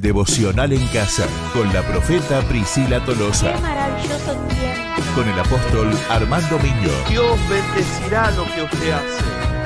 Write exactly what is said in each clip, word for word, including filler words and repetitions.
Devocional en Casa, con la profeta Priscila Tolosa. Qué maravilloso tiempo. Con el apóstol Armando Miño. Dios bendecirá lo que usted hace.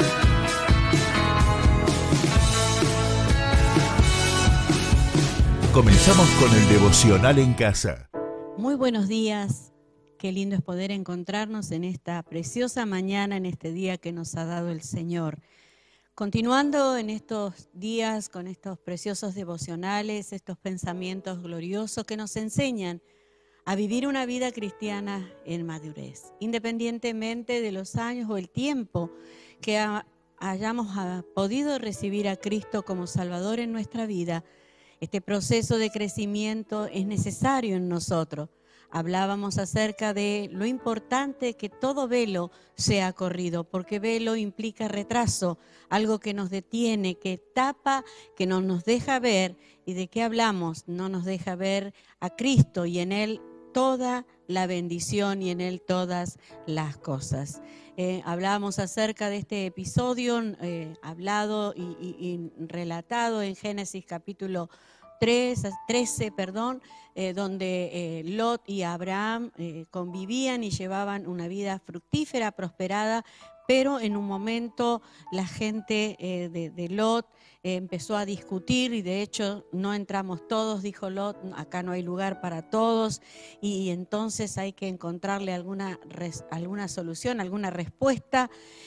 Comenzamos con el Devocional en Casa. Muy buenos días. Qué lindo es poder encontrarnos en esta preciosa mañana, en este día que nos ha dado el Señor. Continuando en estos días con estos preciosos devocionales, estos pensamientos gloriosos que nos enseñan a vivir una vida cristiana en madurez, independientemente de los años o el tiempo que ha, hayamos ha, podido recibir a Cristo como Salvador en nuestra vida. Este proceso de crecimiento es necesario en nosotros. Hablábamos acerca de lo importante que todo velo sea corrido, porque velo implica retraso, algo que nos detiene, que tapa, que no nos deja ver. ¿Y de qué hablamos? No nos deja ver a Cristo y en Él toda la bendición y en Él todas las cosas. Eh, hablábamos acerca de este episodio eh, hablado y, y, y relatado en Génesis capítulo trece, perdón, eh, donde eh, Lot y Abraham eh, convivían y llevaban una vida fructífera, prosperada, pero en un momento la gente eh, de, de Lot eh, empezó a discutir y de hecho no entramos todos, dijo Lot, acá no hay lugar para todos y entonces hay que encontrarle alguna, res, alguna solución, alguna respuesta.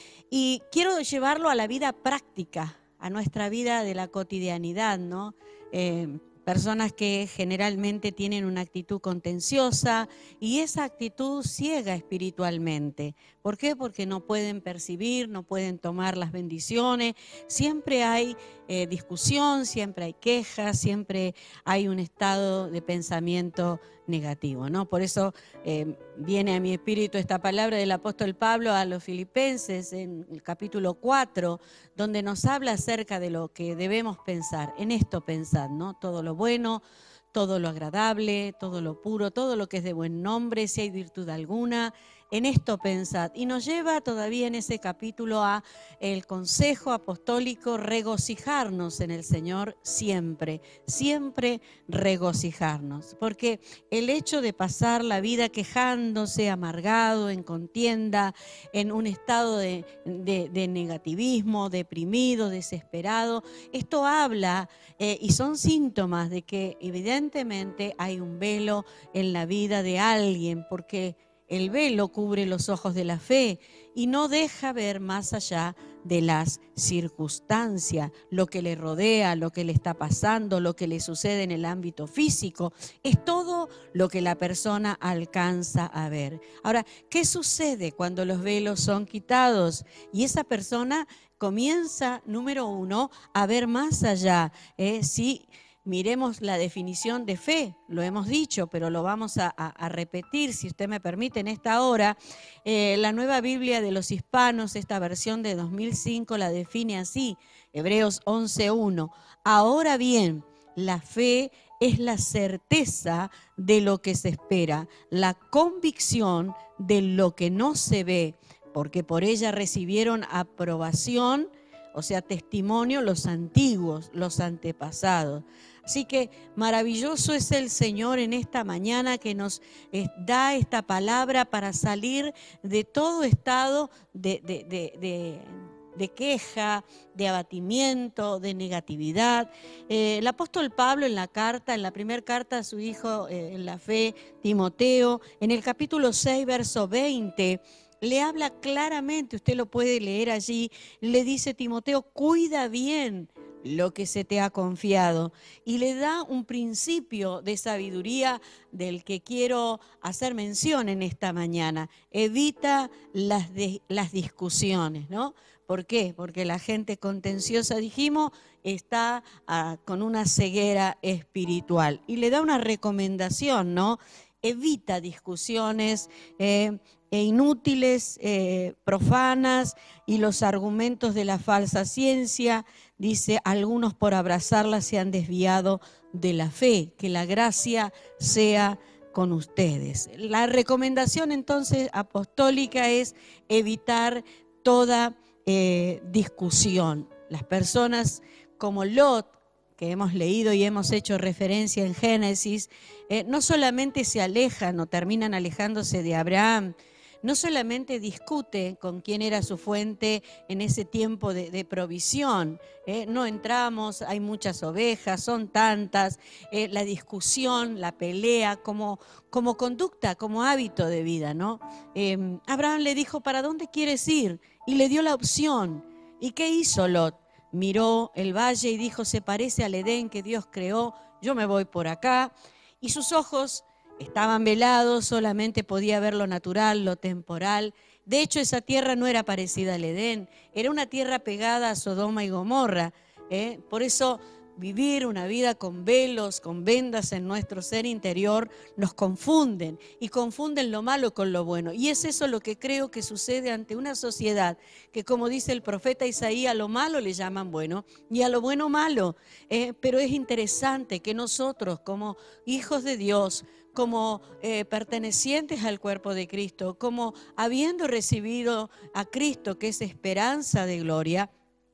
Y quiero llevarlo a la vida práctica, a nuestra vida de la cotidianidad, ¿no? Eh, personas que generalmente tienen una actitud contenciosa y esa actitud ciega espiritualmente. ¿Por qué? Porque no pueden percibir, no pueden tomar las bendiciones. Siempre hay eh, discusión, siempre hay quejas, siempre hay un estado de pensamiento negativo, ¿no? Por eso eh, viene a mi espíritu esta palabra del apóstol Pablo a los Filipenses en el capítulo cuatro, donde nos habla acerca de lo que debemos pensar. En esto pensad, ¿no? Todo lo bueno, todo lo agradable, todo lo puro, todo lo que es de buen nombre, si hay virtud alguna, en esto pensad. Y nos lleva todavía en ese capítulo a el consejo apostólico, regocijarnos en el Señor siempre, siempre regocijarnos. Porque el hecho de pasar la vida quejándose, amargado, en contienda, en un estado de, de, de negativismo, deprimido, desesperado, esto habla eh, y son síntomas de que evidentemente hay un velo en la vida de alguien, porque el velo cubre los ojos de la fe y no deja ver más allá de las circunstancias, lo que le rodea, lo que le está pasando, lo que le sucede en el ámbito físico. Es todo lo que la persona alcanza a ver. Ahora, ¿qué sucede cuando los velos son quitados? Y esa persona comienza, número uno, a ver más allá. ¿eh? Sí. Miremos la definición de fe, lo hemos dicho, pero lo vamos a, a, a repetir, si usted me permite, en esta hora. Eh, la Nueva Biblia de los Hispanos, esta versión de dos mil cinco, la define así, Hebreos once uno. Ahora bien, la fe es la certeza de lo que se espera, la convicción de lo que no se ve, porque por ella recibieron aprobación, o sea, testimonio, los antiguos, los antepasados. Así que maravilloso es el Señor en esta mañana que nos eh, da esta palabra para salir de todo estado de, de, de, de, de queja, de abatimiento, de negatividad. Eh, el apóstol Pablo en la carta, en la primera carta a su hijo eh, en la fe, Timoteo, en el capítulo seis, verso veinte, le habla claramente, usted lo puede leer allí, le dice Timoteo, cuida bien lo que se te ha confiado y le da un principio de sabiduría del que quiero hacer mención en esta mañana. Evita las, de, las discusiones, ¿no? ¿Por qué? Porque la gente contenciosa, dijimos, está ah, con una ceguera espiritual y le da una recomendación, ¿no? Evita discusiones eh, e inútiles, eh, profanas y los argumentos de la falsa ciencia. Dice, algunos por abrazarla se han desviado de la fe, que la gracia sea con ustedes. La recomendación entonces apostólica es evitar toda eh, discusión. Las personas como Lot, que hemos leído y hemos hecho referencia en Génesis, eh, no solamente se alejan o terminan alejándose de Abraham, no solamente discute con quién era su fuente en ese tiempo de, de provisión, ¿eh? No entramos, hay muchas ovejas, son tantas, eh, la discusión, la pelea, como, como conducta, como hábito de vida, ¿no? Eh, Abraham le dijo, ¿para dónde quieres ir? Y le dio la opción. ¿Y qué hizo Lot? Miró el valle y dijo, se parece al Edén que Dios creó, yo me voy por acá. Y sus ojos estaban velados, solamente podía ver lo natural, lo temporal. De hecho, esa tierra no era parecida al Edén, era una tierra pegada a Sodoma y Gomorra. ¿eh? Por eso vivir una vida con velos, con vendas en nuestro ser interior, nos confunden y confunden lo malo con lo bueno. Y es eso lo que creo que sucede ante una sociedad que, como dice el profeta Isaías, a lo malo le llaman bueno y a lo bueno malo. Eh, pero es interesante que nosotros, como hijos de Dios, como eh, pertenecientes al cuerpo de Cristo, como habiendo recibido a Cristo, que es esperanza de gloria,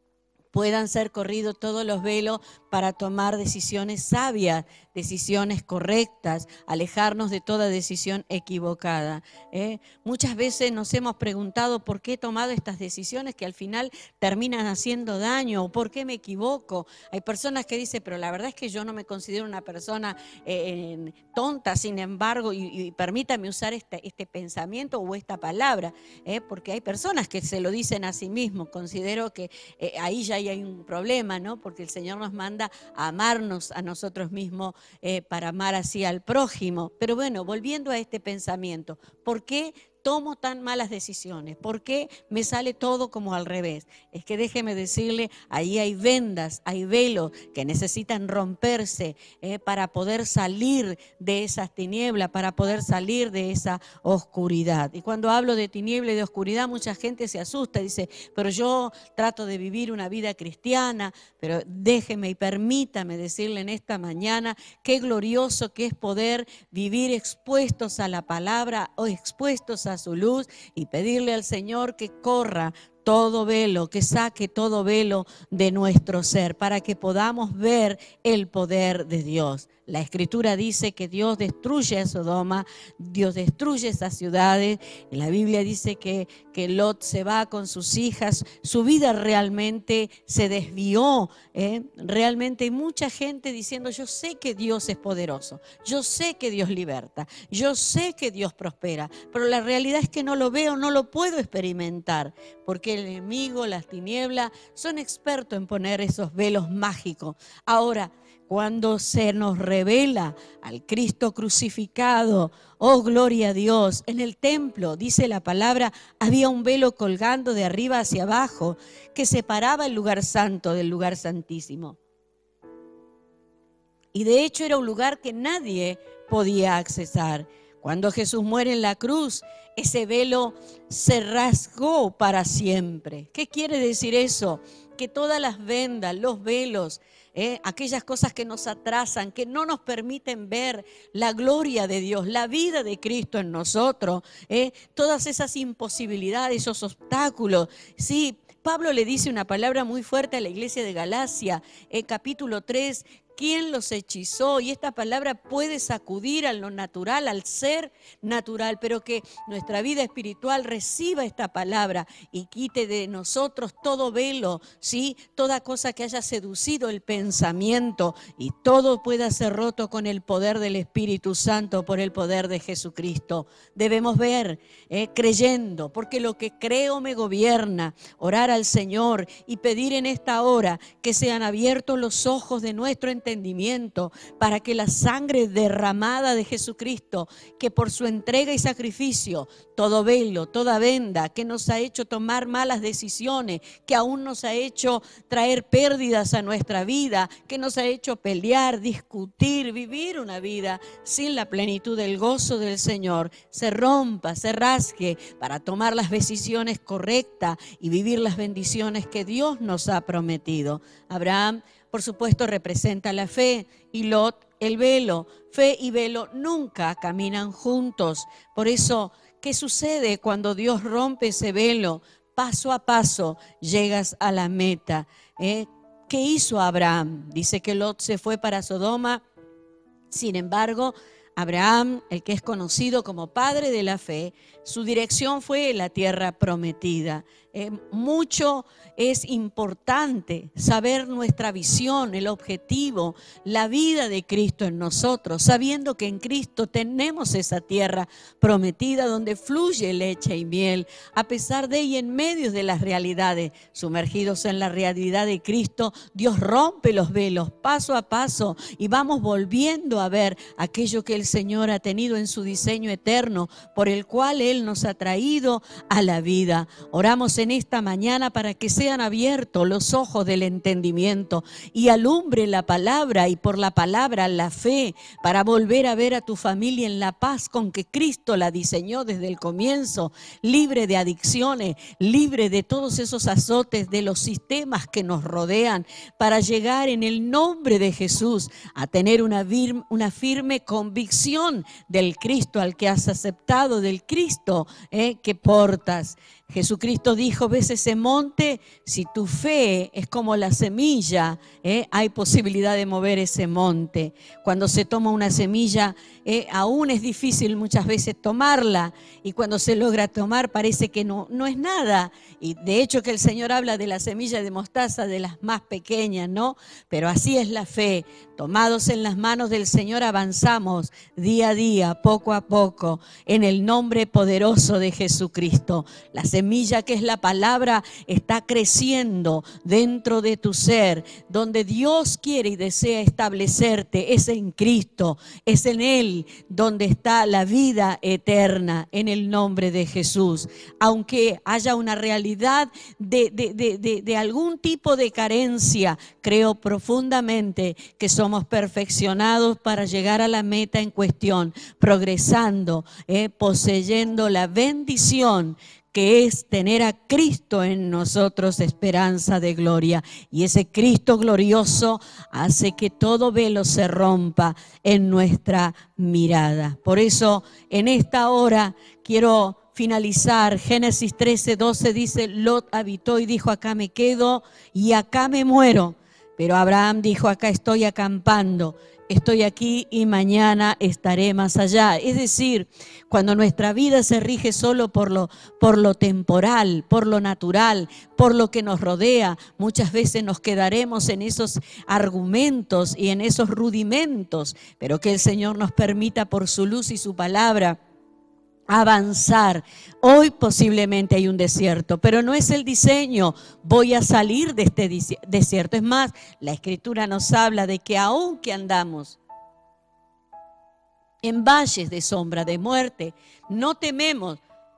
puedan ser corridos todos los velos para tomar decisiones sabias, decisiones correctas, alejarnos de toda decisión equivocada. ¿eh? Muchas veces nos hemos preguntado por qué he tomado estas decisiones que al final terminan haciendo daño, o por qué me equivoco. Hay personas que dicen, pero la verdad es que yo no me considero una persona eh, tonta, sin embargo, y, y permítame usar este, este pensamiento o esta palabra, ¿eh? porque hay personas que se lo dicen a sí mismos. Considero que eh, ahí ya hay un problema, ¿no? Porque el Señor nos manda a amarnos a nosotros mismos eh, para amar así al prójimo. Pero bueno, volviendo a este pensamiento, ¿por qué tomo tan malas decisiones? ¿Por qué me sale todo como al revés? Es que déjeme decirle, ahí hay vendas, hay velos que necesitan romperse eh, para poder salir de esas tinieblas, para poder salir de esa oscuridad. Y cuando hablo de tiniebla y de oscuridad, mucha gente se asusta, dice, pero yo trato de vivir una vida cristiana. Pero déjeme y permítame decirle en esta mañana qué glorioso que es poder vivir expuestos a la palabra o expuestos a a su luz y pedirle al Señor que corra todo velo, que saque todo velo de nuestro ser para que podamos ver el poder de Dios. La Escritura dice que Dios destruye a Sodoma, Dios destruye esas ciudades. La Biblia dice que, que Lot se va con sus hijas. Su vida realmente se desvió. ¿eh? Realmente hay mucha gente diciendo, yo sé que Dios es poderoso, yo sé que Dios liberta, yo sé que Dios prospera, pero la realidad es que no lo veo, no lo puedo experimentar, porque el enemigo, las tinieblas, son expertos en poner esos velos mágicos. Ahora, cuando se nos revela al Cristo crucificado, oh gloria a Dios, en el templo, dice la palabra, había un velo colgando de arriba hacia abajo que separaba el lugar santo del lugar santísimo. Y de hecho era un lugar que nadie podía accesar. Cuando Jesús muere en la cruz, ese velo se rasgó para siempre. ¿Qué quiere decir eso? Que todas las vendas, los velos, eh, aquellas cosas que nos atrasan, que no nos permiten ver la gloria de Dios, la vida de Cristo en nosotros, eh, todas esas imposibilidades, esos obstáculos, sí. Pablo le dice una palabra muy fuerte a la iglesia de Galacia, eh, capítulo tres, ¿quién los hechizó? Y esta palabra puede sacudir a lo natural, al ser natural, pero que nuestra vida espiritual reciba esta palabra y quite de nosotros todo velo, ¿sí? Toda cosa que haya seducido el pensamiento, y todo pueda ser roto con el poder del Espíritu Santo, por el poder de Jesucristo. Debemos ver, eh, creyendo, porque lo que creo me gobierna, orar al Señor y pedir en esta hora que sean abiertos los ojos de nuestro entendimiento, entendimiento, para que la sangre derramada de Jesucristo, que por su entrega y sacrificio, todo velo, toda venda que nos ha hecho tomar malas decisiones, que aún nos ha hecho traer pérdidas a nuestra vida, que nos ha hecho pelear, discutir, vivir una vida sin la plenitud del gozo del Señor, se rompa, se rasgue para tomar las decisiones correctas y vivir las bendiciones que Dios nos ha prometido. Abraham, por supuesto, representa la fe, y Lot el velo. Fe y velo nunca caminan juntos. Por eso, ¿qué sucede cuando Dios rompe ese velo? Paso a paso llegas a la meta. ¿eh? ¿qué hizo Abraham? Dice que Lot se fue para Sodoma. Sin embargo, Abraham, el que es conocido como padre de la fe, su dirección fue la tierra prometida. Eh, mucho es importante saber nuestra visión, el objetivo, la vida de Cristo en nosotros, sabiendo que en Cristo tenemos esa tierra prometida donde fluye leche y miel, a pesar de y en medio de las realidades, sumergidos en la realidad de Cristo, Dios rompe los velos paso a paso y vamos volviendo a ver aquello que el Señor ha tenido en su diseño eterno, por el cual Él nos ha traído a la vida. Oramos en esta mañana para que sean abiertos los ojos del entendimiento y alumbre la palabra, y por la palabra la fe, para volver a ver a tu familia en la paz con que Cristo la diseñó desde el comienzo, libre de adicciones, libre de todos esos azotes de los sistemas que nos rodean, para llegar en el nombre de Jesús a tener una, vir, una firme convicción del Cristo al que has aceptado, del Cristo eh, que portas. Jesucristo dijo, ves ese monte, si tu fe es como la semilla, eh, hay posibilidad de mover ese monte. Cuando se toma una semilla, eh, aún es difícil muchas veces tomarla, y cuando se logra tomar parece que no, no es nada. Y de hecho que el Señor habla de la semilla de mostaza, de las más pequeñas, ¿no? Pero así es la fe. Tomados en las manos del Señor avanzamos día a día, poco a poco, en el nombre poderoso de Jesucristo. La semilla que es la palabra está creciendo dentro de tu ser. Donde Dios quiere y desea establecerte es en Cristo, es en Él donde está la vida eterna, en el nombre de Jesús. Aunque haya una realidad de, de, de, de, de algún tipo de carencia, creo profundamente que somos perfeccionados para llegar a la meta en cuestión, progresando, eh, poseyendo la bendición que es tener a Cristo en nosotros, esperanza de gloria. Y ese Cristo glorioso hace que todo velo se rompa en nuestra mirada. Por eso, en esta hora quiero finalizar. Génesis trece, doce dice, Lot habitó y dijo, acá me quedo y acá me muero. Pero Abraham dijo, acá estoy acampando, estoy aquí y mañana estaré más allá. Es decir, cuando nuestra vida se rige solo por lo, por lo temporal, por lo natural, por lo que nos rodea, muchas veces nos quedaremos en esos argumentos y en esos rudimentos, pero que el Señor nos permita por su luz y su palabra avanzar. Hoy posiblemente hay un desierto, pero no es el diseño, voy a salir de este desierto. Es más, la Escritura nos habla de que aunque andamos en valles de sombra de muerte, no tememos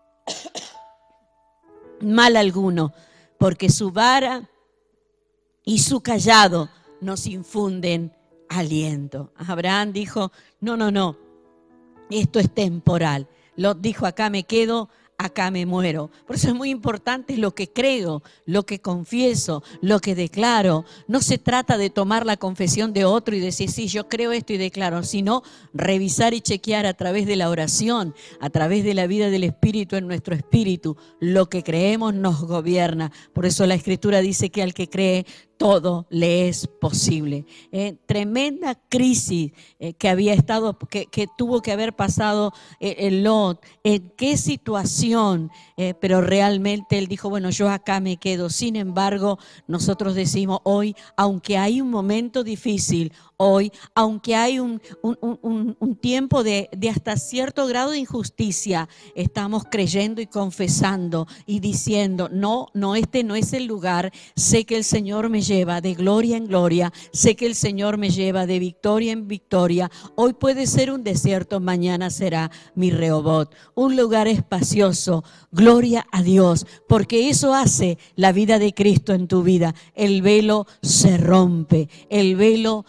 mal alguno, porque su vara y su cayado nos infunden aliento. Abraham dijo, no, no, no, esto es temporal. Lot dijo, acá me quedo, acá me muero. Por eso es muy importante lo que creo, lo que confieso, lo que declaro. No se trata de tomar la confesión de otro y decir, sí, yo creo esto y declaro, sino revisar y chequear a través de la oración, a través de la vida del Espíritu en nuestro espíritu. Lo que creemos nos gobierna. Por eso la Escritura dice que al que cree, todo le es posible. Eh, tremenda crisis eh, que había estado, que, que tuvo que haber pasado eh, el Lot. ¿En qué situación? Eh, pero realmente él dijo, bueno, yo acá me quedo. Sin embargo, nosotros decimos hoy, aunque hay un momento difícil, hoy, aunque hay un, un, un, un tiempo de, de hasta cierto grado de injusticia, estamos creyendo y confesando y diciendo, no, no, este no es el lugar. Sé que el Señor me lleva de gloria en gloria, sé que el Señor me lleva de victoria en victoria. Hoy puede ser un desierto, mañana será mi Rehobot, un lugar espacioso. Gloria a Dios, porque eso hace la vida de Cristo en tu vida. El velo se rompe, el velo se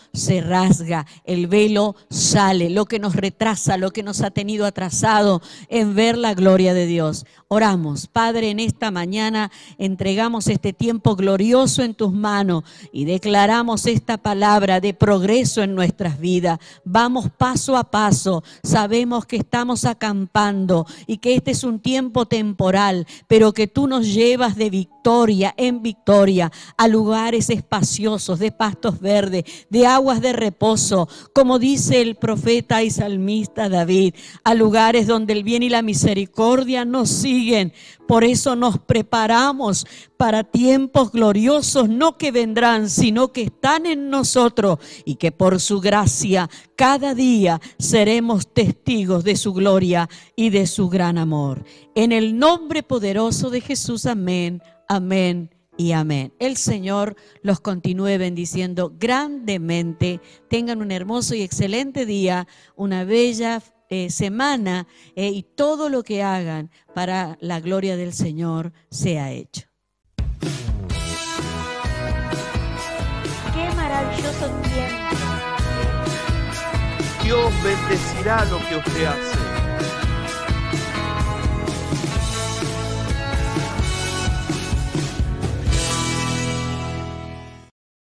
rasga, el velo sale, lo que nos retrasa, lo que nos ha tenido atrasado en ver la gloria de Dios. Oramos, Padre, en esta mañana entregamos este tiempo glorioso en tus manos y declaramos esta palabra de progreso en nuestras vidas. Vamos paso a paso, sabemos que estamos acampando y que este es un tiempo temporal, pero que tú nos llevas de victoria en victoria a lugares espaciosos, de pastos verdes, de aguas de reposo, como dice el profeta y salmista David, a lugares donde el bien y la misericordia nos siguen. Por eso nos preparamos para tiempos gloriosos, no que vendrán, sino que están en nosotros, y que por su gracia cada día seremos testigos de su gloria y de su gran amor. En el nombre poderoso de Jesús, amén, amén y amén. El Señor los continúe bendiciendo grandemente. Tengan un hermoso y excelente día, una bella Eh, semana eh, y todo lo que hagan para la gloria del Señor sea hecho. Qué maravilloso tiempo. Dios bendecirá lo que usted hace.